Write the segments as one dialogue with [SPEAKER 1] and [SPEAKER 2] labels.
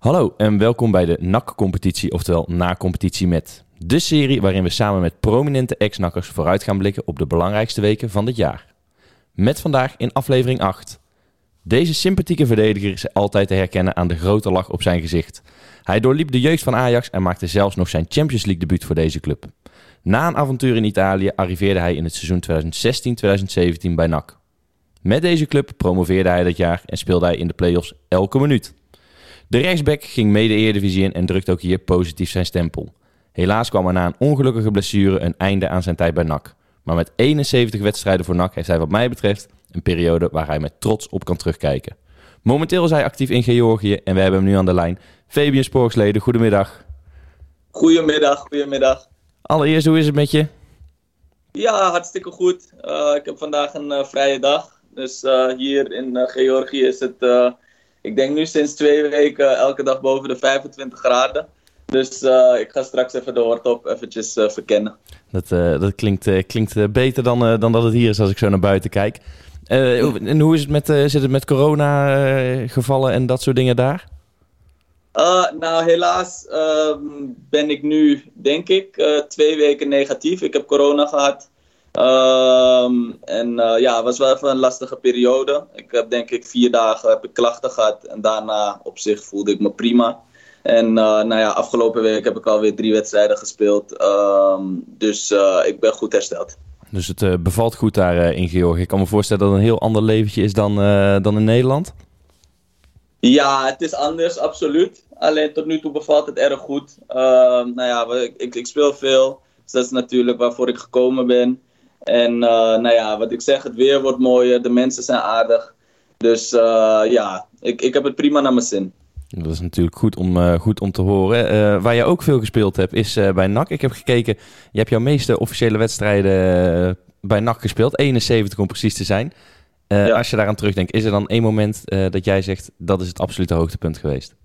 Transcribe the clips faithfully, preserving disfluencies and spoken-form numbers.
[SPEAKER 1] Hallo en welkom bij de N A C-competitie, oftewel Na-competitie met. De serie waarin we samen met prominente ex-N A C'ers vooruit gaan blikken op de belangrijkste weken van dit jaar. Met vandaag in aflevering acht. Deze sympathieke verdediger is altijd te herkennen aan de grote lach op zijn gezicht. Hij doorliep de jeugd van Ajax en maakte zelfs nog zijn Champions League debuut voor deze club. Na een avontuur in Italië arriveerde hij in het seizoen twintig zestien twintig zeventien bij N A C. Met deze club promoveerde hij dat jaar en speelde hij in de play-offs elke minuut. De rechtsback ging mee de Eredivisie in en drukte ook hier positief zijn stempel. Helaas kwam er na een ongelukkige blessure een einde aan zijn tijd bij N A C. Maar met eenenzeventig wedstrijden voor N A C heeft hij wat mij betreft een periode waar hij met trots op kan terugkijken. Momenteel is hij actief in Georgië en we hebben hem nu aan de lijn. Fabian Sporksleden, goedemiddag.
[SPEAKER 2] Goedemiddag, goedemiddag.
[SPEAKER 1] Allereerst, hoe is het met je?
[SPEAKER 2] Ja, hartstikke goed. Uh, ik heb vandaag een uh, vrije dag. Dus uh, hier in uh, Georgië is het, uh, ik denk nu sinds twee weken, uh, elke dag boven de vijfentwintig graden. Dus uh, ik ga straks even de hardtop eventjes uh, verkennen.
[SPEAKER 1] Dat, uh, dat klinkt, uh, klinkt uh, beter dan, uh, dan dat het hier is als ik zo naar buiten kijk. Uh, en hoe is het met, uh, zit het met corona uh, gevallen en dat soort dingen daar?
[SPEAKER 2] Uh, nou, helaas uh, ben ik nu, denk ik, uh, twee weken negatief. Ik heb corona gehad. Um, en uh, ja, het was wel even een lastige periode. Ik heb denk ik vier dagen heb ik klachten gehad. En daarna op zich voelde ik me prima. En uh, nou ja, afgelopen week heb ik alweer drie wedstrijden gespeeld. Um, dus uh, ik ben goed hersteld.
[SPEAKER 1] Dus het uh, bevalt goed daar uh, in Georgië. Ik kan me voorstellen dat het een heel ander leventje is dan, uh, dan in Nederland.
[SPEAKER 2] Ja, het is anders, absoluut. Alleen tot nu toe bevalt het erg goed. Uh, nou ja, ik, ik, ik speel veel. Dus dat is natuurlijk waarvoor ik gekomen ben. En uh, nou ja, wat ik zeg, het weer wordt mooier. De mensen zijn aardig. Dus uh, ja, ik, ik heb het prima naar mijn zin.
[SPEAKER 1] Dat is natuurlijk goed om, uh, goed om te horen. Uh, waar je ook veel gespeeld hebt is uh, bij N A C. Ik heb gekeken, je hebt jouw meeste officiële wedstrijden uh, bij N A C gespeeld. eenenzeventig om precies te zijn. Uh, ja. Als je daaraan terugdenkt, is er dan één moment uh, dat jij zegt, dat is het absolute hoogtepunt geweest?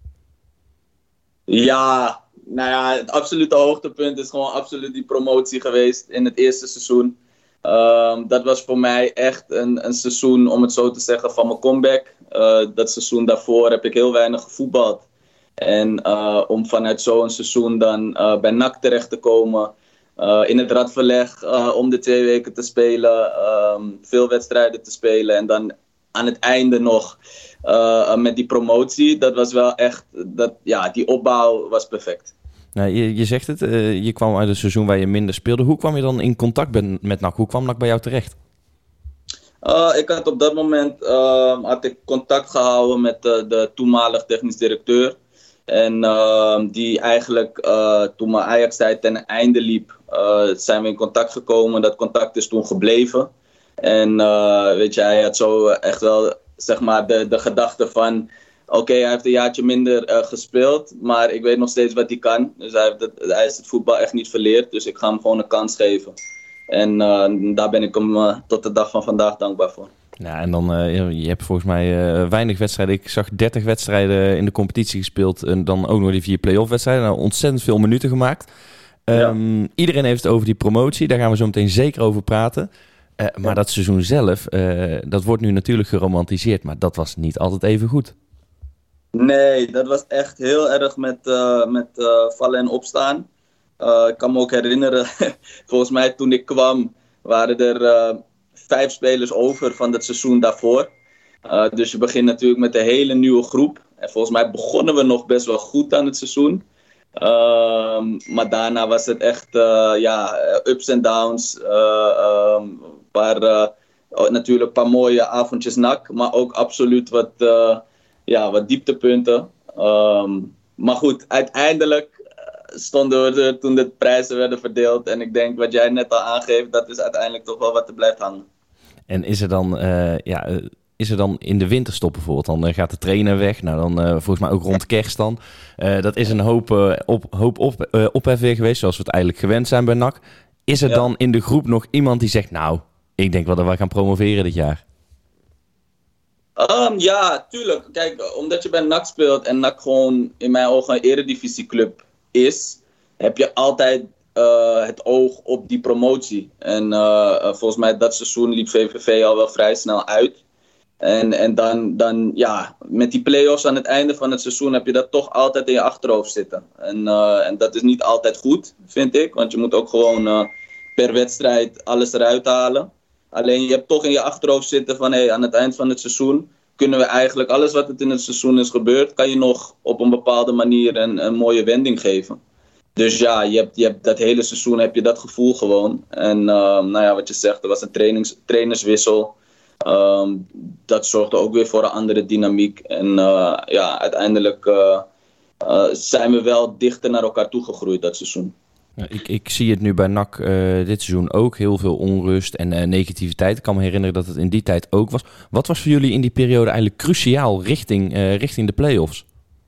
[SPEAKER 2] Ja, nou ja, het absolute hoogtepunt is gewoon absoluut die promotie geweest in het eerste seizoen. Um, dat was voor mij echt een, een seizoen, om het zo te zeggen, van mijn comeback. Uh, dat seizoen daarvoor heb ik heel weinig gevoetbald. En uh, om vanuit zo'n seizoen dan uh, bij N A C terecht te komen, uh, in het radverleg uh, om de twee weken te spelen, um, veel wedstrijden te spelen en dan aan het einde nog uh, met die promotie, dat was wel echt, dat, ja, die opbouw was perfect.
[SPEAKER 1] Nou, je, je zegt het, uh, je kwam uit een seizoen waar je minder speelde. Hoe kwam je dan in contact met, met N A C? Hoe kwam N A C bij jou terecht?
[SPEAKER 2] Uh, ik had op dat moment uh, had ik contact gehouden met uh, de toenmalig technisch directeur. En uh, die eigenlijk, uh, toen mijn Ajax-tijd ten einde liep, uh, zijn we in contact gekomen. Dat contact is toen gebleven. En uh, weet je, hij had zo echt wel, zeg maar, de, de gedachte van, oké, okay, hij heeft een jaartje minder uh, gespeeld, maar ik weet nog steeds wat hij kan. Dus hij, heeft het, hij is het voetbal echt niet verleerd, dus ik ga hem gewoon een kans geven. En uh, daar ben ik hem uh, tot de dag van vandaag dankbaar voor.
[SPEAKER 1] Ja, en dan, uh, je hebt volgens mij uh, weinig wedstrijden. Ik zag dertig wedstrijden in de competitie gespeeld en dan ook nog die vier play-off wedstrijden. Nou, ontzettend veel minuten gemaakt. Um, ja. Iedereen heeft het over die promotie, daar gaan we zo meteen zeker over praten. Uh, maar ja. Dat seizoen zelf, uh, dat wordt nu natuurlijk geromantiseerd, maar dat was niet altijd even goed.
[SPEAKER 2] Nee, dat was echt heel erg met, uh, met uh, vallen en opstaan. Uh, ik kan me ook herinneren, volgens mij toen ik kwam, waren er uh, vijf spelers over van het seizoen daarvoor. Uh, dus je begint natuurlijk met een hele nieuwe groep. En volgens mij begonnen we nog best wel goed aan het seizoen. Uh, maar daarna was het echt uh, ja, ups en downs. Uh, um, paar, uh, natuurlijk een paar mooie avondjes N A C, maar ook absoluut wat, uh, ja, wat dieptepunten. Um, maar goed, uiteindelijk stonden we er toen de prijzen werden verdeeld. En ik denk wat jij net al aangeeft, dat is uiteindelijk toch wel wat er blijft hangen.
[SPEAKER 1] En is er dan, uh, ja, is er dan in de winterstop bijvoorbeeld, dan uh, gaat de trainer weg. Nou, dan uh, volgens mij ook rond kerst dan. Uh, dat is een hoop, uh, op, hoop op, uh, ophef weer geweest, zoals we het eigenlijk gewend zijn bij N A C. Is er ja. dan in de groep nog iemand die zegt, nou, ik denk wel dat wij gaan promoveren dit jaar?
[SPEAKER 2] Um, ja, tuurlijk. Kijk, omdat je bij N A C speelt en N A C gewoon in mijn ogen een eredivisieclub is, heb je altijd uh, het oog op die promotie. En uh, volgens mij dat seizoen liep V V V al wel vrij snel uit. En, en dan, dan, ja, met die play-offs aan het einde van het seizoen heb je dat toch altijd in je achterhoofd zitten. En, uh, en dat is niet altijd goed, vind ik. Want je moet ook gewoon uh, per wedstrijd alles eruit halen. Alleen je hebt toch in je achterhoofd zitten van, hey, aan het eind van het seizoen kunnen we eigenlijk alles wat het in het seizoen is gebeurd, kan je nog op een bepaalde manier een, een mooie wending geven. Dus ja, je hebt, je hebt dat hele seizoen heb je dat gevoel gewoon. En uh, nou ja, wat je zegt, er was een trainings, trainerswissel. Um, dat zorgde ook weer voor een andere dynamiek. En uh, ja, uiteindelijk uh, uh, zijn we wel dichter naar elkaar toegegroeid dat seizoen.
[SPEAKER 1] Ja, ik, ik zie het nu bij N A C uh, dit seizoen ook. Heel veel onrust en uh, negativiteit. Ik kan me herinneren dat het in die tijd ook was. Wat was voor jullie in die periode eigenlijk cruciaal richting, uh, richting de play-offs?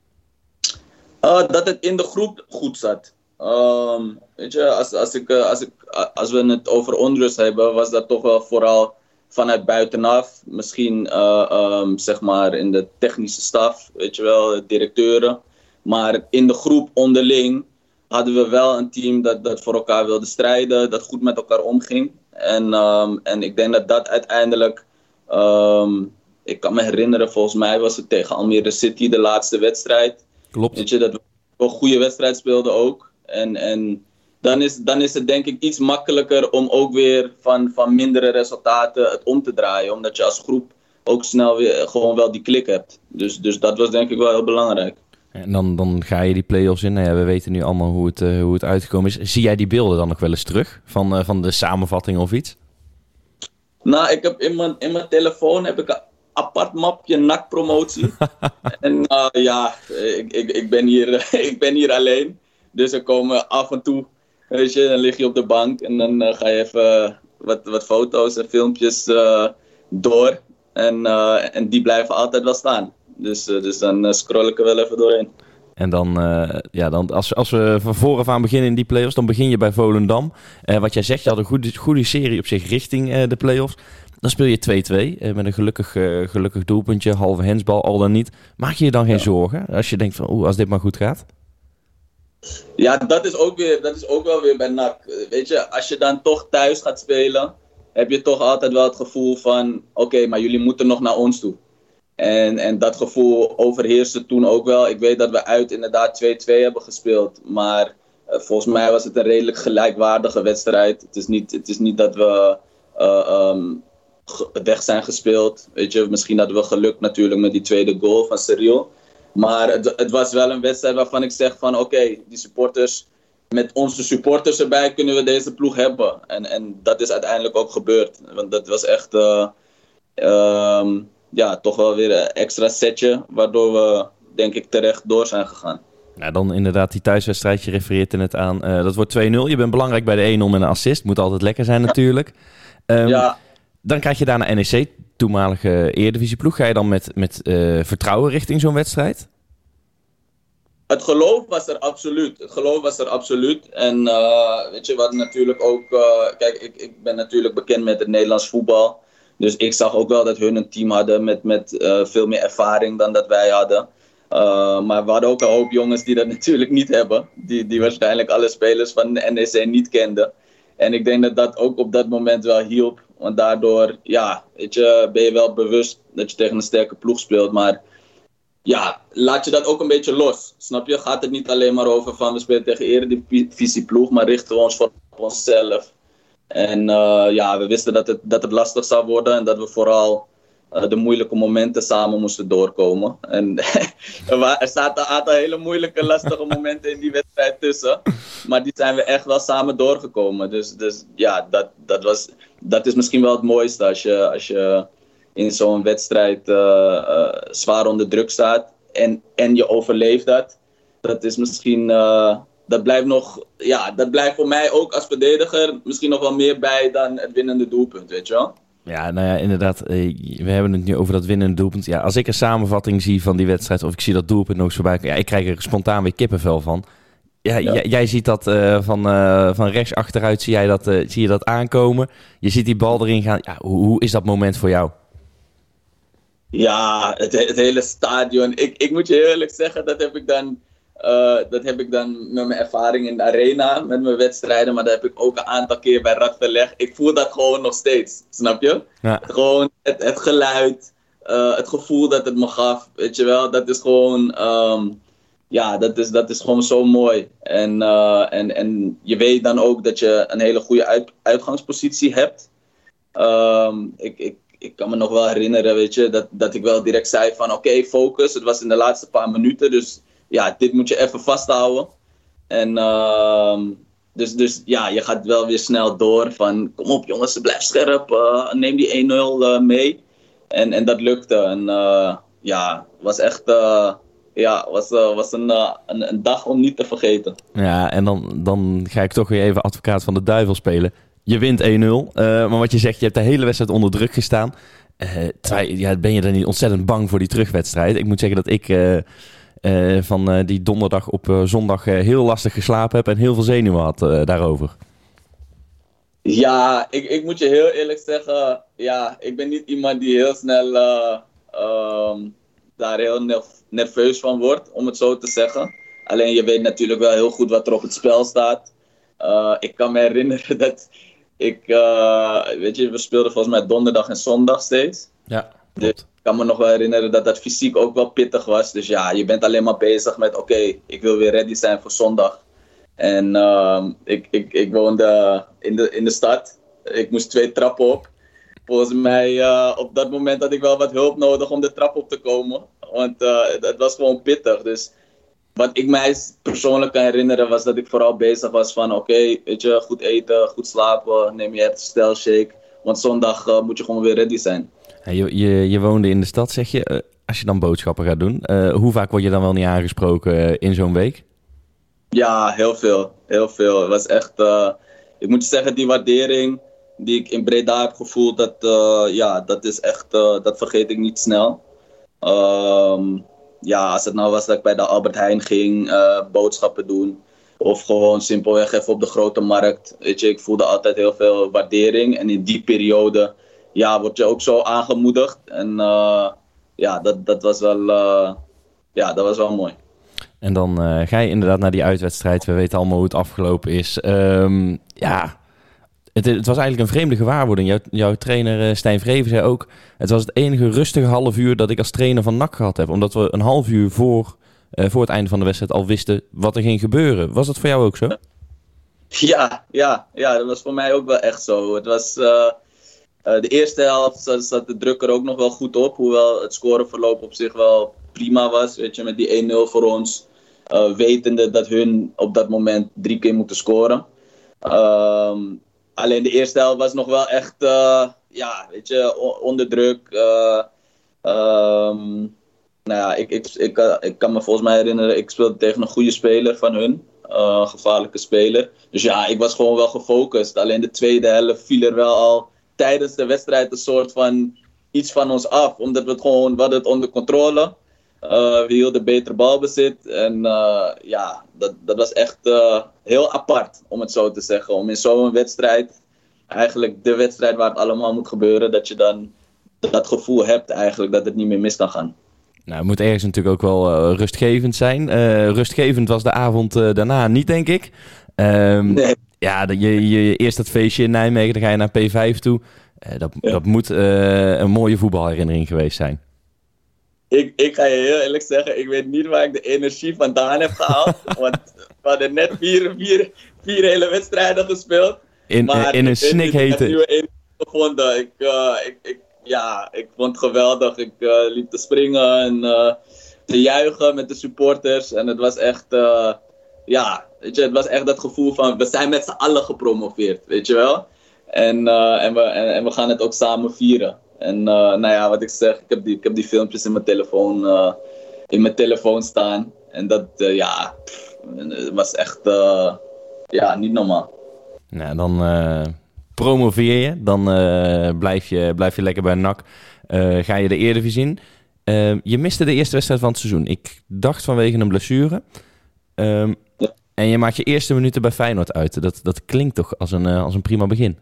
[SPEAKER 2] Uh, dat het in de groep goed zat. Um, weet je, als, als, ik, uh, als, ik, uh, als we het over onrust hebben, was dat toch wel vooral vanuit buitenaf. Misschien uh, um, zeg maar in de technische staf, weet je wel, directeuren. Maar in de groep onderling hadden we wel een team dat, dat voor elkaar wilde strijden, dat goed met elkaar omging. En, um, en ik denk dat dat uiteindelijk, um, ik kan me herinneren, volgens mij was het tegen Almere City de laatste wedstrijd.
[SPEAKER 1] Klopt.
[SPEAKER 2] Weet je, dat we een goede wedstrijd speelden ook. En, en dan, is, dan is het denk ik iets makkelijker om ook weer van, van mindere resultaten het om te draaien. Omdat je als groep ook snel weer gewoon wel die klik hebt. Dus, dus dat was denk ik wel heel belangrijk.
[SPEAKER 1] En dan, dan ga je die play-offs in. Nou ja, we weten nu allemaal hoe het, uh, hoe het uitgekomen is. Zie jij die beelden dan nog wel eens terug? Van, uh, van de samenvatting of iets?
[SPEAKER 2] Nou, ik heb in mijn, in mijn telefoon heb ik een apart mapje N A C-promotie. En uh, ja, ik, ik, ik, ben hier, ik ben hier alleen. Dus er komen af en toe, weet je, dan lig je op de bank. En dan uh, ga je even wat, wat foto's en filmpjes uh, door. En, uh, en die blijven altijd wel staan. Dus, uh, dus dan uh, scroll ik er wel even doorheen.
[SPEAKER 1] En dan, uh, ja, dan als, als we van vooraf aan beginnen in die play-offs, dan begin je bij Volendam. Uh, wat jij zegt, je had een goede, goede serie op zich richting uh, de play-offs. Dan speel je twee-twee uh, met een gelukkig, uh, gelukkig doelpuntje, halve hensbal, al dan niet. Maak je je dan geen ja. zorgen als je denkt van, oeh, als dit maar goed gaat?
[SPEAKER 2] Ja, dat is ook weer, dat is ook wel weer bij N A C. Weet je, als je dan toch thuis gaat spelen, heb je toch altijd wel het gevoel van, oké, okay, maar jullie moeten nog naar ons toe. En, en dat gevoel overheerste toen ook wel. Ik weet dat we uit inderdaad twee-twee hebben gespeeld. Maar uh, volgens mij was het een redelijk gelijkwaardige wedstrijd. Het is niet, het is niet dat we uh, um, weg zijn gespeeld. Weet je, misschien hadden we geluk natuurlijk met die tweede goal van Cyril. Maar het, het was wel een wedstrijd waarvan ik zeg van oké, okay, die supporters, met onze supporters erbij kunnen we deze ploeg hebben. En, en dat is uiteindelijk ook gebeurd. Want dat was echt uh, um, ja, toch wel weer een extra setje, waardoor we denk ik terecht door zijn gegaan.
[SPEAKER 1] Nou, dan inderdaad die thuiswedstrijd, je refereert er net aan. Uh, dat wordt twee nul. Je bent belangrijk bij de één nul met een assist. Moet altijd lekker zijn natuurlijk. Um,
[SPEAKER 2] ja.
[SPEAKER 1] Dan krijg je daarna N E C, toenmalige Eredivisieploeg. Ga je dan met, met uh, vertrouwen richting zo'n wedstrijd?
[SPEAKER 2] Het geloof was er absoluut. Het geloof was er absoluut. En uh, weet je wat natuurlijk ook... Uh, kijk, ik, ik ben natuurlijk bekend met het Nederlands voetbal. Dus ik zag ook wel dat hun een team hadden met, met uh, veel meer ervaring dan dat wij hadden. Uh, maar we hadden ook een hoop jongens die dat natuurlijk niet hebben. Die, die waarschijnlijk alle spelers van de N E C niet kenden. En ik denk dat dat ook op dat moment wel hielp. Want daardoor, ja, weet je, ben je wel bewust dat je tegen een sterke ploeg speelt. Maar ja, laat je dat ook een beetje los. Snap je? Gaat het niet alleen maar over van we spelen tegen Eredivisieploeg, maar richten we ons voor op onszelf. En uh, ja, we wisten dat het, dat het lastig zou worden en dat we vooral uh, de moeilijke momenten samen moesten doorkomen. En er zaten een aantal hele moeilijke, lastige momenten in die wedstrijd tussen. Maar die zijn we echt wel samen doorgekomen. Dus, dus ja, dat, dat, was, dat is misschien wel het mooiste als je, als je in zo'n wedstrijd uh, uh, zwaar onder druk staat en, en je overleeft dat. Dat is misschien... Uh, Dat blijft, nog, ja, dat blijft voor mij ook als verdediger misschien nog wel meer bij dan het winnende doelpunt, weet je wel?
[SPEAKER 1] Ja, nou ja, inderdaad. We hebben het nu over dat winnende doelpunt. Ja, als ik een samenvatting zie van die wedstrijd of ik zie dat doelpunt nog eens voorbij komen, ja, ik krijg er spontaan weer kippenvel van. Ja, ja. J- jij ziet dat uh, van, uh, van rechts achteruit, zie, jij dat, uh, zie je dat aankomen. Je ziet die bal erin gaan. Ja, hoe, hoe is dat moment voor jou?
[SPEAKER 2] Ja, het, het hele stadion. Ik, ik moet je heel eerlijk zeggen, dat heb ik dan... Uh, dat heb ik dan met mijn ervaring in de arena, met mijn wedstrijden, maar dat heb ik ook een aantal keer bij Radverleg. Ik voel dat gewoon nog steeds, snap je?
[SPEAKER 1] Ja.
[SPEAKER 2] Gewoon het, het geluid, uh, het gevoel dat het me gaf, weet je wel, dat is gewoon, um, ja, dat is, dat is gewoon zo mooi. En, uh, en, en je weet dan ook dat je een hele goede uit, uitgangspositie hebt. Um, ik, ik, ik kan me nog wel herinneren, weet je, dat, dat ik wel direct zei van, oké, okay, focus. Het was in de laatste paar minuten, dus ja, dit moet je even vasthouden. En uh, dus, dus ja, je gaat wel weer snel door van, kom op jongens, blijf scherp, uh, neem die één nul uh, mee. En, en dat lukte. En uh, ja, was echt, uh, ja, was, uh, was een, uh, een, een dag om niet te vergeten.
[SPEAKER 1] Ja, en dan, dan ga ik toch weer even advocaat van de duivel spelen. Je wint één nul, uh, maar wat je zegt, je hebt de hele wedstrijd onder druk gestaan. Uh, terwijl, ja, ben je dan niet ontzettend bang voor die terugwedstrijd? Ik moet zeggen dat ik uh, uh, van uh, die donderdag op uh, zondag uh, heel lastig geslapen heb en heel veel zenuwen had uh, daarover.
[SPEAKER 2] Ja, ik, ik moet je heel eerlijk zeggen, ja, ik ben niet iemand die heel snel uh, um, daar heel nerv- nerveus van wordt, om het zo te zeggen. Alleen je weet natuurlijk wel heel goed wat er op het spel staat. Uh, ik kan me herinneren dat ik, uh, weet je, we speelden volgens mij donderdag en zondag steeds.
[SPEAKER 1] Ja,
[SPEAKER 2] dus ik kan me nog wel herinneren dat dat fysiek ook wel pittig was. Dus ja, je bent alleen maar bezig met, oké, okay, ik wil weer ready zijn voor zondag. En uh, ik, ik, ik woonde in de, in de stad. Ik moest twee trappen op. Volgens mij, uh, op dat moment had ik wel wat hulp nodig om de trap op te komen. Want uh, het was gewoon pittig. Dus wat ik mij persoonlijk kan herinneren was dat ik vooral bezig was van... Oké, okay, weet je, goed eten, goed slapen, neem je herstelshake. Want zondag uh, moet je gewoon weer ready zijn.
[SPEAKER 1] Ja, je, je, je woonde in de stad, zeg je. Uh, als je dan boodschappen gaat doen, uh, hoe vaak word je dan wel niet aangesproken uh, in zo'n week?
[SPEAKER 2] Ja, heel veel. Heel veel. Het was echt... Uh, ik moet zeggen, die waardering die ik in Breda heb gevoeld, dat, uh, ja, dat is echt... Uh, dat vergeet ik niet snel. Um, ja, als het nou was dat ik bij de Albert Heijn ging, uh, boodschappen doen. Of gewoon simpelweg even op de grote markt. Weet je, ik voelde altijd heel veel waardering. En in die periode, ja, word je ook zo aangemoedigd. En uh, ja, dat, dat was wel... Uh, ja, dat was wel mooi.
[SPEAKER 1] En dan uh, ga je inderdaad naar die uitwedstrijd. We weten allemaal hoe het afgelopen is. Um, ja, het, het was eigenlijk een vreemde gewaarwording. Jouw, jouw trainer uh, Stijn Vreven zei ook... Het was het enige rustige half uur dat ik als trainer van N A C gehad heb. Omdat we een half uur voor, uh, voor het einde van de wedstrijd al wisten wat er ging gebeuren. Was dat voor jou ook zo?
[SPEAKER 2] Ja, ja, ja, dat was voor mij ook wel echt zo. Het was... Uh, uh, de eerste helft zat, zat de druk er ook nog wel goed op. Hoewel het scoreverloop op zich wel prima was. Weet je, met die één nul voor ons. Uh, wetende dat hun op dat moment drie keer moeten scoren. Um, alleen de eerste helft was nog wel echt, uh, ja, weet je, onder druk. Uh, um, nou ja, ik, ik, ik, uh, ik kan me volgens mij herinneren, ik speelde tegen een goede speler van hun. Uh, een gevaarlijke speler. Dus ja, ik was gewoon wel gefocust. Alleen de tweede helft viel er wel al tijdens de wedstrijd een soort van iets van ons af. Omdat we het gewoon, we hadden het onder controle. Uh, we hielden beter balbezit. En uh, ja, dat, dat was echt uh, heel apart, om het zo te zeggen. Om in zo'n wedstrijd, eigenlijk de wedstrijd waar het allemaal moet gebeuren, dat je dan dat gevoel hebt eigenlijk dat het niet meer mis kan gaan.
[SPEAKER 1] Nou, het moet ergens natuurlijk ook wel uh, rustgevend zijn. Uh, rustgevend was de avond uh, daarna niet, denk ik. Um,
[SPEAKER 2] nee.
[SPEAKER 1] Ja, je, je, eerst dat feestje in Nijmegen, dan ga je naar P vijf toe. Uh, dat, ja. dat moet uh, een mooie voetbalherinnering geweest zijn.
[SPEAKER 2] Ik, ik ga je heel eerlijk zeggen, ik weet niet waar ik de energie vandaan heb gehaald. Want we hadden net vier, vier, vier hele wedstrijden gespeeld.
[SPEAKER 1] In,
[SPEAKER 2] maar
[SPEAKER 1] in een snikhete.
[SPEAKER 2] Ik heb nieuwe energie gevonden. Ik, uh, ik, ik, ja, ik vond het geweldig. Ik uh, liep te springen en uh, te juichen met de supporters. En het was echt, uh, ja, weet je, het was echt dat gevoel van, we zijn met z'n allen gepromoveerd, weet je wel. En, uh, en, we, en, en we gaan het ook samen vieren. En uh, nou ja, wat ik zeg, ik heb die, ik heb die filmpjes in mijn telefoon, uh, in mijn telefoon staan. En dat, uh, ja, pff, het was echt, uh, ja, niet normaal.
[SPEAKER 1] Nou, dan uh, promoveer je, dan uh, blijf, je, blijf je lekker bij N A C. Uh, ga je de Eredivisie in. Uh, je miste de eerste wedstrijd van het seizoen. Ik dacht vanwege een blessure. Um, ja. En je maakt je eerste minuten bij Feyenoord uit. Dat, dat klinkt toch als een, uh, als een prima begin.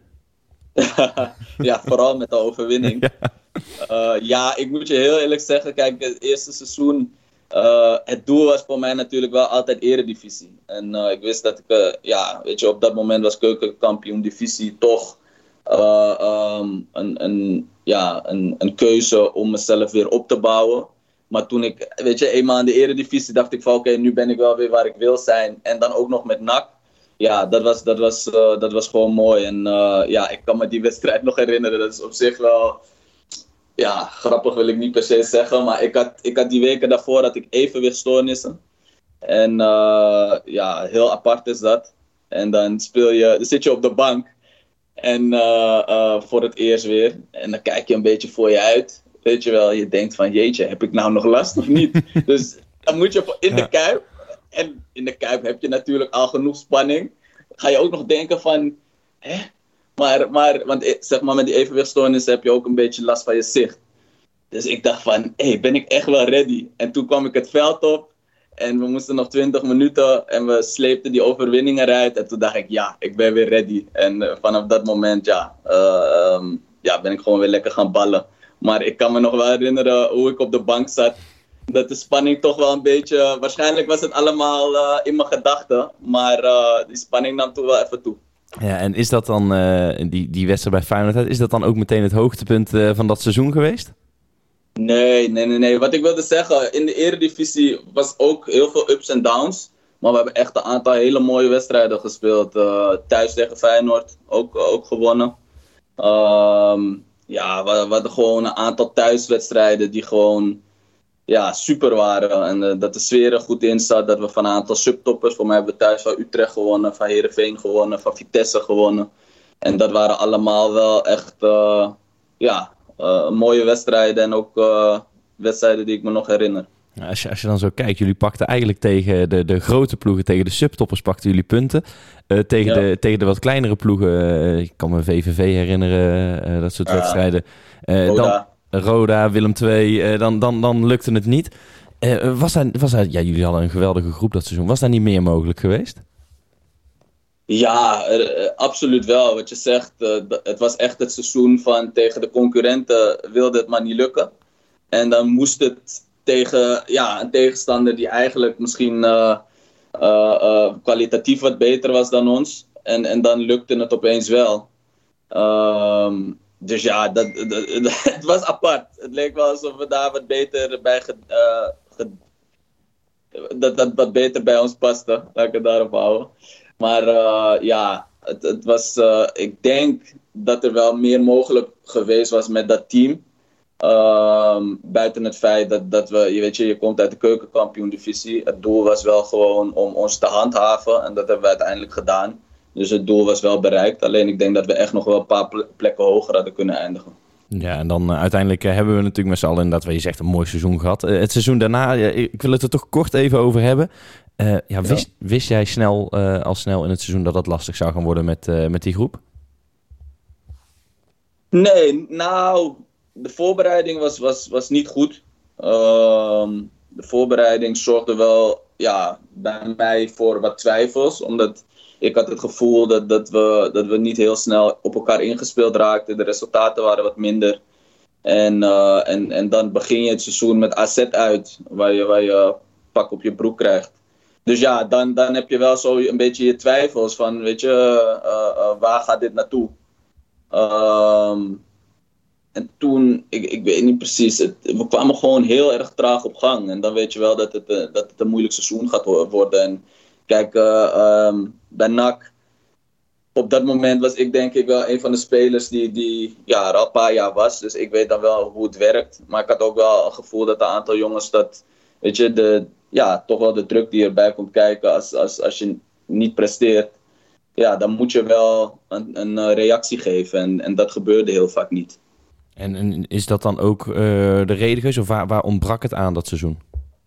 [SPEAKER 2] Ja, vooral met de overwinning. Ja. Uh, ja, ik moet je heel eerlijk zeggen, kijk, het eerste seizoen, uh, het doel was voor mij natuurlijk wel altijd Eredivisie. En uh, ik wist dat ik, uh, ja, weet je, op dat moment was keukenkampioen divisie toch uh, um, een, een, ja, een, een keuze om mezelf weer op te bouwen. Maar toen ik, weet je, eenmaal in de Eredivisie dacht ik van oké, okay, nu ben ik wel weer waar ik wil zijn. En dan ook nog met N A C. Ja, dat was, dat was, uh, dat was gewoon mooi. En uh, ja, ik kan me die wedstrijd nog herinneren. Dat is op zich wel, ja, grappig wil ik niet per se zeggen. Maar ik had, ik had die weken daarvoor had ik evenwichtstoornissen. En uh, ja, heel apart is dat. En dan speel je, dan zit je op de bank. En uh, uh, voor het eerst weer. En dan kijk je een beetje voor je uit. Weet je wel, je denkt van jeetje, heb ik nou nog last of niet? Dus dan moet je in de Kuip. En in de Kuip heb je natuurlijk al genoeg spanning. Ga je ook nog denken van, hè? Maar, maar, want zeg maar met die evenwichtstoornis heb je ook een beetje last van je zicht. Dus ik dacht van, hé, hey, ben ik echt wel ready? En toen kwam ik het veld op. En we moesten nog twintig minuten en we sleepten die overwinning eruit. En toen dacht ik, ja, ik ben weer ready. En uh, vanaf dat moment, ja, uh, um, ja, ben ik gewoon weer lekker gaan ballen. Maar ik kan me nog wel herinneren hoe ik op de bank zat. Dat de spanning toch wel een beetje... Waarschijnlijk was het allemaal uh, in mijn gedachten. Maar uh, die spanning nam toen wel even toe.
[SPEAKER 1] Ja, en is dat dan, uh, die, die wedstrijd bij Feyenoord, is dat dan ook meteen het hoogtepunt uh, van dat seizoen geweest?
[SPEAKER 2] Nee, nee, nee, nee. Wat ik wilde zeggen, in de Eredivisie was ook heel veel ups en downs. Maar we hebben echt een aantal hele mooie wedstrijden gespeeld. Uh, thuis tegen Feyenoord, ook, ook gewonnen. Um, ja, we, we hadden gewoon een aantal thuiswedstrijden die gewoon ja, super waren. En uh, dat de sfeer er goed in zat. Dat we van een aantal subtoppers, voor mij hebben we thuis van Utrecht gewonnen, van Heerenveen gewonnen, van Vitesse gewonnen. En dat waren allemaal wel echt, uh, ja... Uh, mooie wedstrijden en ook uh, wedstrijden die ik me nog herinner.
[SPEAKER 1] Als je, als je dan zo kijkt, jullie pakten eigenlijk tegen de, de grote ploegen, tegen de subtoppers pakten jullie punten. Uh, tegen, ja. de, tegen de wat kleinere ploegen, uh, ik kan me V V V herinneren, uh, dat soort uh, wedstrijden. Uh, Roda. Dan, Roda, Willem twee, uh, dan, dan, dan lukte het niet. Uh, was daar, was daar, ja, jullie hadden een geweldige groep dat seizoen. Was daar niet meer mogelijk geweest?
[SPEAKER 2] Ja, uh, absoluut wel. Wat je zegt, uh, d- het was echt het seizoen van tegen de concurrenten wilde het maar niet lukken. En dan moest het tegen ja, een tegenstander die eigenlijk misschien uh, uh, uh, kwalitatief wat beter was dan ons. En, en dan lukte het opeens wel. Um, dus ja, dat, dat, dat, het was apart. Het leek wel alsof we daar wat beter bij ge, uh, ge, dat dat wat beter bij ons paste. Laat ik het daarop houden. Maar uh, ja, het, het was, uh, ik denk dat er wel meer mogelijk geweest was met dat team. Um, buiten het feit dat, dat we, je weet je, je komt uit de keukenkampioen-divisie. Het doel was wel gewoon om ons te handhaven en dat hebben we uiteindelijk gedaan. Dus het doel was wel bereikt. Alleen ik denk dat we echt nog wel een paar plekken hoger hadden kunnen eindigen.
[SPEAKER 1] Ja, en dan uh, uiteindelijk uh, hebben we natuurlijk met z'n allen inderdaad, wat je zegt, een mooi seizoen gehad. Uh, het seizoen daarna, uh, ik wil het er toch kort even over hebben. Uh, ja, wist, ja. wist jij snel, uh, al snel in het seizoen dat dat lastig zou gaan worden met, uh, met die groep?
[SPEAKER 2] Nee, nou, de voorbereiding was, was, was niet goed. Uh, de voorbereiding zorgde wel ja, bij mij voor wat twijfels. Omdat ik had het gevoel dat, dat, we, dat we niet heel snel op elkaar ingespeeld raakten. De resultaten waren wat minder. En, uh, en, en dan begin je het seizoen met A Z uit, waar je, waar je pak op je broek krijgt. Dus ja, dan, dan heb je wel zo een beetje je twijfels van, weet je, uh, uh, waar gaat dit naartoe? Um, en toen, ik, ik weet niet precies, het, we kwamen gewoon heel erg traag op gang. En dan weet je wel dat het, uh, dat het een moeilijk seizoen gaat worden. En kijk, uh, um, bij N A C, op dat moment was ik denk ik wel een van de spelers die, die ja, er al een paar jaar was. Dus ik weet dan wel hoe het werkt. Maar ik had ook wel een gevoel dat een aantal jongens dat, weet je, de, ja, toch wel de druk die erbij komt kijken als, als, als je niet presteert. Ja, dan moet je wel een, een reactie geven. En, en dat gebeurde heel vaak niet.
[SPEAKER 1] En, en is dat dan ook uh, de reden geweest? Of waar, waar ontbrak het aan dat seizoen?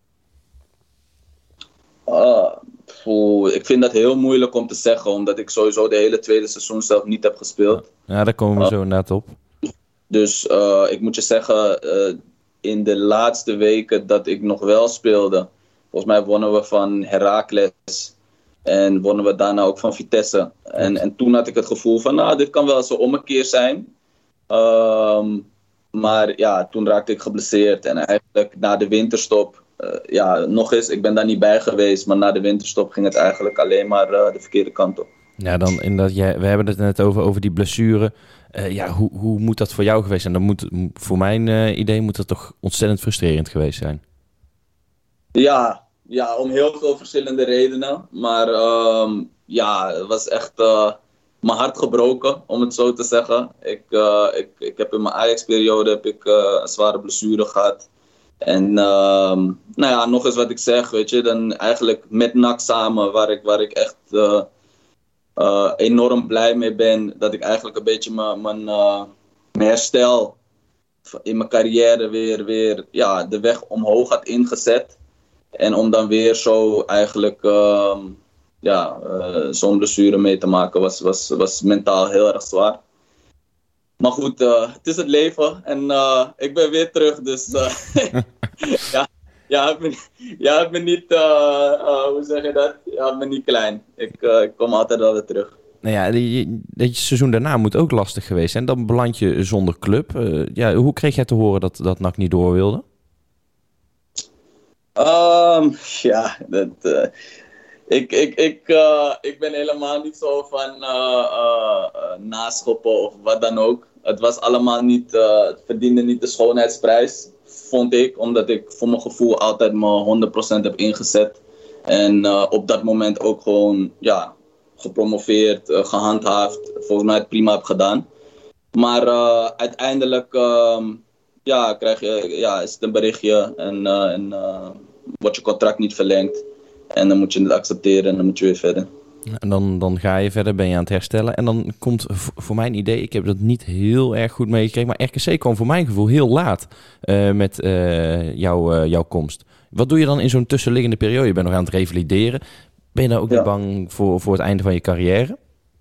[SPEAKER 2] Uh, poeh, ik vind dat heel moeilijk om te zeggen. Omdat ik sowieso de hele tweede seizoen zelf niet heb gespeeld.
[SPEAKER 1] Ja, daar komen we uh, zo inderdaad op.
[SPEAKER 2] Dus uh, ik moet je zeggen, uh, in de laatste weken dat ik nog wel speelde. Volgens mij wonnen we van Heracles. En wonnen we daarna ook van Vitesse. En, en toen had ik het gevoel van, nou, dit kan wel eens een ommekeer zijn. Um, maar ja, toen raakte ik geblesseerd. En eigenlijk na de winterstop, uh, ja, nog eens, ik ben daar niet bij geweest. Maar na de winterstop ging het eigenlijk alleen maar uh, de verkeerde kant op.
[SPEAKER 1] Ja, dan inderdaad, jij, we hebben het net over, over die blessure. Uh, ja, hoe, hoe moet dat voor jou geweest zijn? Dan moet, voor mijn uh, idee moet dat toch ontzettend frustrerend geweest zijn.
[SPEAKER 2] Ja, ja, om heel veel verschillende redenen. Maar um, ja, het was echt uh, mijn hart gebroken, om het zo te zeggen. Ik, uh, ik, ik heb in mijn Ajax-periode heb ik, uh, een zware blessure gehad. En um, nou ja, nog eens wat ik zeg, weet je, dan eigenlijk met N A C samen, waar ik, waar ik echt uh, uh, enorm blij mee ben, dat ik eigenlijk een beetje mijn, mijn, uh, mijn herstel in mijn carrière weer, weer ja, de weg omhoog had ingezet. En om dan weer zo eigenlijk uh, ja, uh, zo'n blessure mee te maken was, was, was mentaal heel erg zwaar. Maar goed, uh, het is het leven en uh, ik ben weer terug, dus uh, ja, ja, ik ben, ja, ik ben niet, uh, uh, hoe zeg je dat? Ja, ik ben niet klein. Ik, uh, ik kom altijd wel weer terug.
[SPEAKER 1] Nou ja, dat seizoen daarna moet ook lastig geweest zijn. Dan beland je zonder club. Uh, ja, hoe kreeg jij te horen dat, dat N A C niet door wilde?
[SPEAKER 2] Um, ja, dat, uh, ik, ik, ik, uh, ik ben helemaal niet zo van uh, uh, uh, naschoppen of wat dan ook. Het was allemaal niet, uh, het verdiende niet de schoonheidsprijs, vond ik. Omdat ik voor mijn gevoel altijd mijn honderd procent heb ingezet. En uh, op dat moment ook gewoon, ja, gepromoveerd, uh, gehandhaafd, volgens mij het prima heb gedaan. Maar uh, uiteindelijk... Uh, Ja, krijg je, ja, is het een berichtje en, uh, en uh, wordt je contract niet verlengd. En dan moet je het accepteren en dan moet je weer verder.
[SPEAKER 1] En dan, dan ga je verder, ben je aan het herstellen. En dan komt voor mijn idee, ik heb dat niet heel erg goed meegekregen, maar R K C kwam voor mijn gevoel heel laat uh, met uh, jou, uh, jouw komst. Wat doe je dan in zo'n tussenliggende periode? Je bent nog aan het revalideren. Ben je dan ook ja. niet bang voor, voor het einde van je carrière?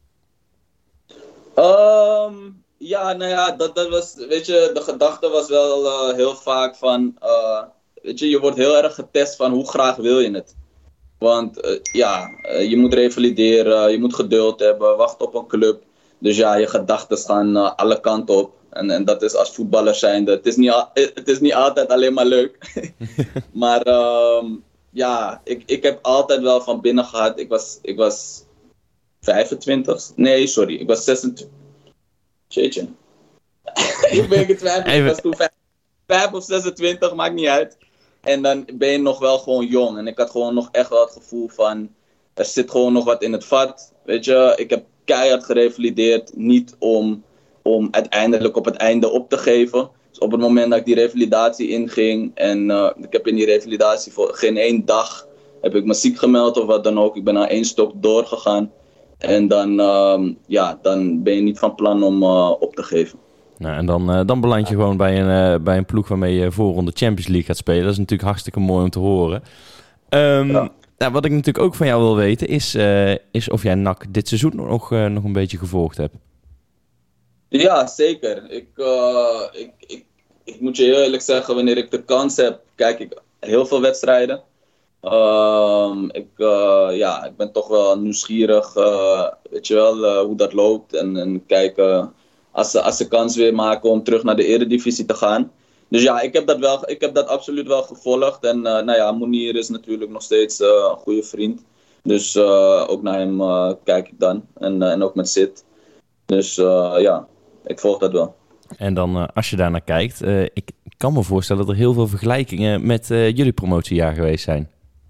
[SPEAKER 2] Um... Ja, nou ja, dat, dat was, weet je, de gedachte was wel uh, heel vaak van, uh, weet je, je wordt heel erg getest van hoe graag wil je het. Want uh, ja, uh, je moet revalideren, je moet geduld hebben, wachten op een club. Dus ja, je gedachten gaan uh, alle kanten op. En, en dat is als voetballer zijnde, het is niet, al, het is niet altijd alleen maar leuk. Maar uh, ja, ik, ik heb altijd wel van binnen gehad, ik was, ik was vijfentwintig, nee sorry, ik was zesentwintig. Jeetje. Ik ben getwijfeld. Ik was toen vijf of zesentwintig, maakt niet uit. En dan ben je nog wel gewoon jong. En ik had gewoon nog echt wel het gevoel van... Er zit gewoon nog wat in het vat. Weet je, ik heb keihard gerevalideerd. Niet om, om uiteindelijk op het einde op te geven. Dus op het moment dat ik die revalidatie inging... En uh, ik heb in die revalidatie voor geen één dag... Heb ik me ziek gemeld of wat dan ook. Ik ben naar één stok doorgegaan. En dan, uh, ja, dan ben je niet van plan om uh, op te geven.
[SPEAKER 1] Nou, en dan, uh, dan beland je gewoon bij een, uh, bij een ploeg waarmee je voorronde Champions League gaat spelen. Dat is natuurlijk hartstikke mooi om te horen. Um, ja. nou, wat ik natuurlijk ook van jou wil weten is, uh, is of jij N A C dit seizoen nog, uh, nog een beetje gevolgd hebt.
[SPEAKER 2] Ja, zeker. Ik, uh, ik, ik, ik moet je heel eerlijk zeggen, wanneer ik de kans heb, kijk ik heel veel wedstrijden. Uh, ik, uh, ja, ik ben toch wel nieuwsgierig, uh, weet je wel, uh, hoe dat loopt. En, en kijken als ze, als ze kans weer maken om terug naar de Eredivisie te gaan. Dus ja, ik heb dat, wel, ik heb dat absoluut wel gevolgd. En uh, nou ja, Mounir is natuurlijk nog steeds uh, een goede vriend. Dus uh, ook naar hem uh, kijk ik dan. En, uh, en ook met Sid. Dus uh, ja, ik volg dat wel.
[SPEAKER 1] En dan uh, als je daar naar kijkt, uh, ik kan me voorstellen dat er heel veel vergelijkingen met uh, jullie promotiejaar geweest zijn.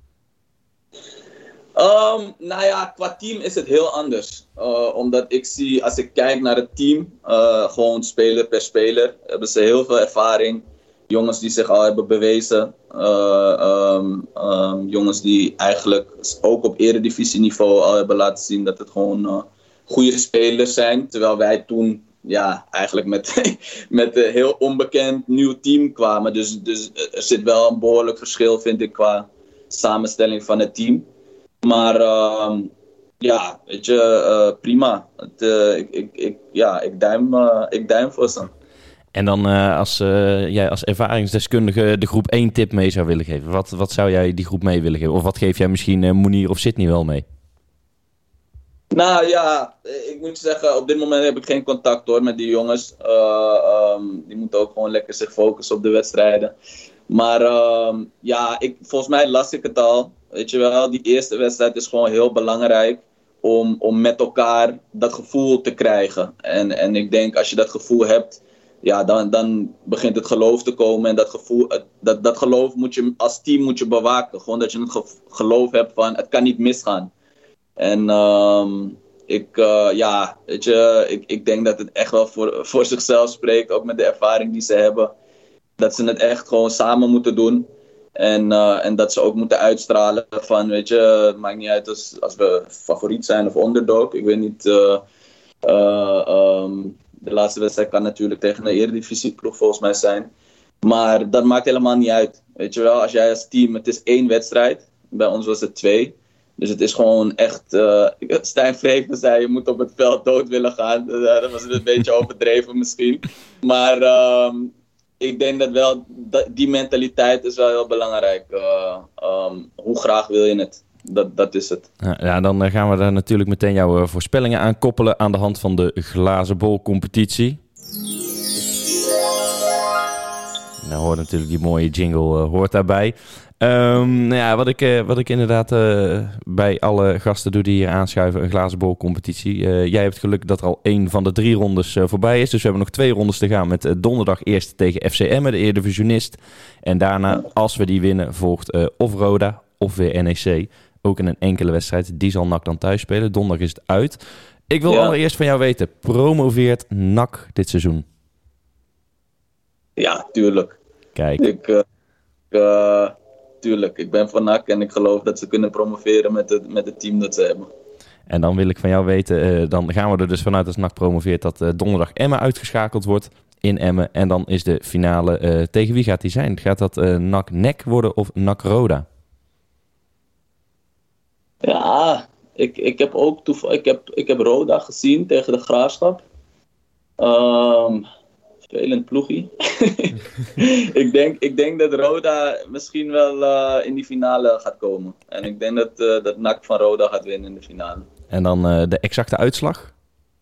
[SPEAKER 2] Um, nou ja, qua team is het heel anders. Uh, omdat ik zie, als ik kijk naar het team, uh, gewoon speler per speler, hebben ze heel veel ervaring. Jongens die zich al hebben bewezen. Uh, um, um, jongens die eigenlijk ook op eredivisieniveau al hebben laten zien dat het gewoon uh, goede spelers zijn. Terwijl wij toen ja, eigenlijk met, met een heel onbekend nieuw team kwamen. Dus, dus er zit wel een behoorlijk verschil, vind ik, qua samenstelling van het team. Maar uh, ja, weet je, uh, prima. Het, uh, ik, ik, ik, ja, ik duim, uh, ik duim voor ze.
[SPEAKER 1] En dan uh, als uh, jij als ervaringsdeskundige de groep één tip mee zou willen geven. Wat, wat zou jij die groep mee willen geven? Of wat geef jij misschien uh, Mounir of Sydney wel mee?
[SPEAKER 2] Nou ja, ik moet zeggen, op dit moment heb ik geen contact hoor met die jongens. Uh, um, die moeten ook gewoon lekker zich focussen op de wedstrijden. Maar uh, ja, ik, volgens mij las ik het al. Weet je wel, die eerste wedstrijd is gewoon heel belangrijk om, om met elkaar dat gevoel te krijgen. En, en ik denk als je dat gevoel hebt, ja, dan, dan begint het geloof te komen. En dat, gevoel, dat, dat geloof moet je als team moet je bewaken. Gewoon dat je het ge- geloof hebt van het kan niet misgaan. En um, ik, uh, ja, weet je, ik, ik denk dat het echt wel voor, voor zichzelf spreekt. Ook met de ervaring die ze hebben. Dat ze het echt gewoon samen moeten doen. En, uh, en dat ze ook moeten uitstralen van, weet je, het maakt niet uit als, als we favoriet zijn of underdog. Ik weet niet, uh, uh, um, de laatste wedstrijd kan natuurlijk tegen een eredivisieploeg volgens mij zijn. Maar dat maakt helemaal niet uit. Weet je wel, als jij als team, het is één wedstrijd. Bij ons was het twee. Dus het is gewoon echt, uh, Stijn Vreven zei, je moet op het veld dood willen gaan. Uh, dat was een beetje overdreven misschien. Maar um, ik denk dat wel, dat, die mentaliteit is wel heel belangrijk. Uh, um, hoe graag wil je het? Dat, dat is het.
[SPEAKER 1] Ja, dan gaan we daar natuurlijk meteen jouw voorspellingen aan koppelen aan de hand van de glazen bol competitie. Nou hoort natuurlijk die mooie jingle uh, hoort daarbij. Um, nou ja, wat ik, uh, wat ik inderdaad uh, bij alle gasten doe die hier aanschuiven, een glazen bol competitie. Uh, jij hebt geluk dat er al één van de drie rondes uh, voorbij is. Dus we hebben nog twee rondes te gaan met uh, donderdag eerst tegen F C Emmen, de Eredivisionist. En daarna, als we die winnen, volgt uh, of Roda of weer N E C. Ook in een enkele wedstrijd. Die zal N A C dan thuis spelen. Donderdag is het uit. Ik wil ja. allereerst van jou weten, promoveert N A C dit seizoen?
[SPEAKER 2] Ja, tuurlijk.
[SPEAKER 1] Kijk.
[SPEAKER 2] Ik, uh, uh, tuurlijk, ik ben van N A C en ik geloof dat ze kunnen promoveren met het, met het team dat ze hebben.
[SPEAKER 1] En dan wil ik van jou weten, uh, dan gaan we er dus vanuit als N A C promoveert dat uh, donderdag Emmen uitgeschakeld wordt in Emmen. En dan is de finale, uh, tegen wie gaat die zijn? Gaat dat uh, N A C-N E C worden of N A C-Roda?
[SPEAKER 2] Ja, ik, ik heb ook toev- ik heb, ik heb Roda gezien tegen de Graafschap. Um, Vervelend ploegie. ik, denk, ik denk dat Roda misschien wel uh, in die finale gaat komen. En ik denk dat, uh, dat N A C van Roda gaat winnen in de finale.
[SPEAKER 1] En dan uh, de exacte uitslag?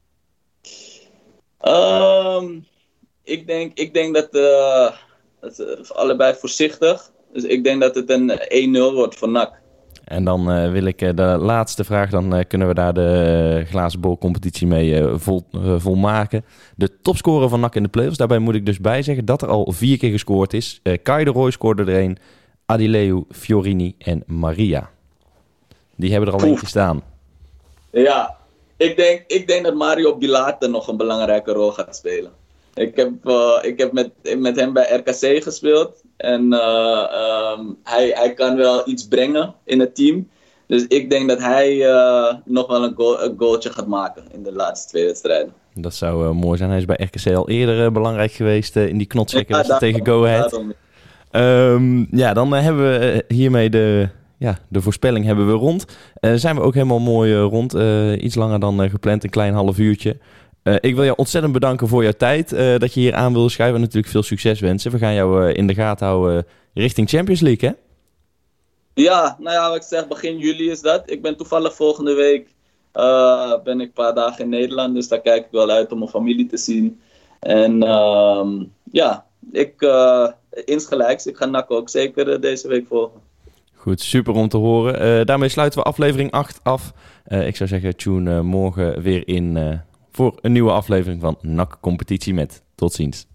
[SPEAKER 2] Um, ik, denk, ik denk dat, uh, dat uh, allebei voorzichtig. Dus ik denk dat het een één nul wordt voor N A C.
[SPEAKER 1] En dan uh, wil ik uh, de laatste vraag, dan uh, kunnen we daar de uh, glazen bol competitie mee uh, vol, uh, volmaken. De topscorer van N A C in de playoffs, daarbij moet ik dus bij zeggen dat er al vier keer gescoord is. Uh, Kai de Roy scoorde er een, Adileu, Fiorini en Maria. Die hebben er al eentje staan.
[SPEAKER 2] Ja, ik denk, ik denk dat Mario Bilater nog een belangrijke rol gaat spelen. Ik heb, uh, ik heb met, met hem bij R K C gespeeld. En uh, um, hij, hij kan wel iets brengen in het team. Dus ik denk dat hij uh, nog wel een, goal, een goaltje gaat maken in de laatste twee wedstrijden.
[SPEAKER 1] Dat zou uh, mooi zijn. Hij is bij R K C al eerder uh, belangrijk geweest uh, in die knotswekker ja, tegen Go Ahead. Um, ja, dan uh, hebben we uh, hiermee de, ja, de voorspelling hebben we rond. Uh, zijn we ook helemaal mooi uh, rond. Uh, iets langer dan uh, gepland, een klein half uurtje. Uh, ik wil jou ontzettend bedanken voor jouw tijd. Uh, dat je hier aan wilde schuiven. En natuurlijk veel succes wensen. We gaan jou uh, in de gaten houden uh, richting Champions League, hè?
[SPEAKER 2] Ja, nou ja, wat ik zeg, begin juli is dat. Ik ben toevallig volgende week uh, ben ik een paar dagen in Nederland. Dus daar kijk ik wel uit om mijn familie te zien. En uh, ja, ik uh, insgelijks. Ik ga N A C ook zeker uh, deze week volgen.
[SPEAKER 1] Goed, super om te horen. Uh, daarmee sluiten we aflevering acht af. Uh, ik zou zeggen, tune uh, morgen weer in... Uh, voor een nieuwe aflevering van N A C Competitie met. Tot ziens.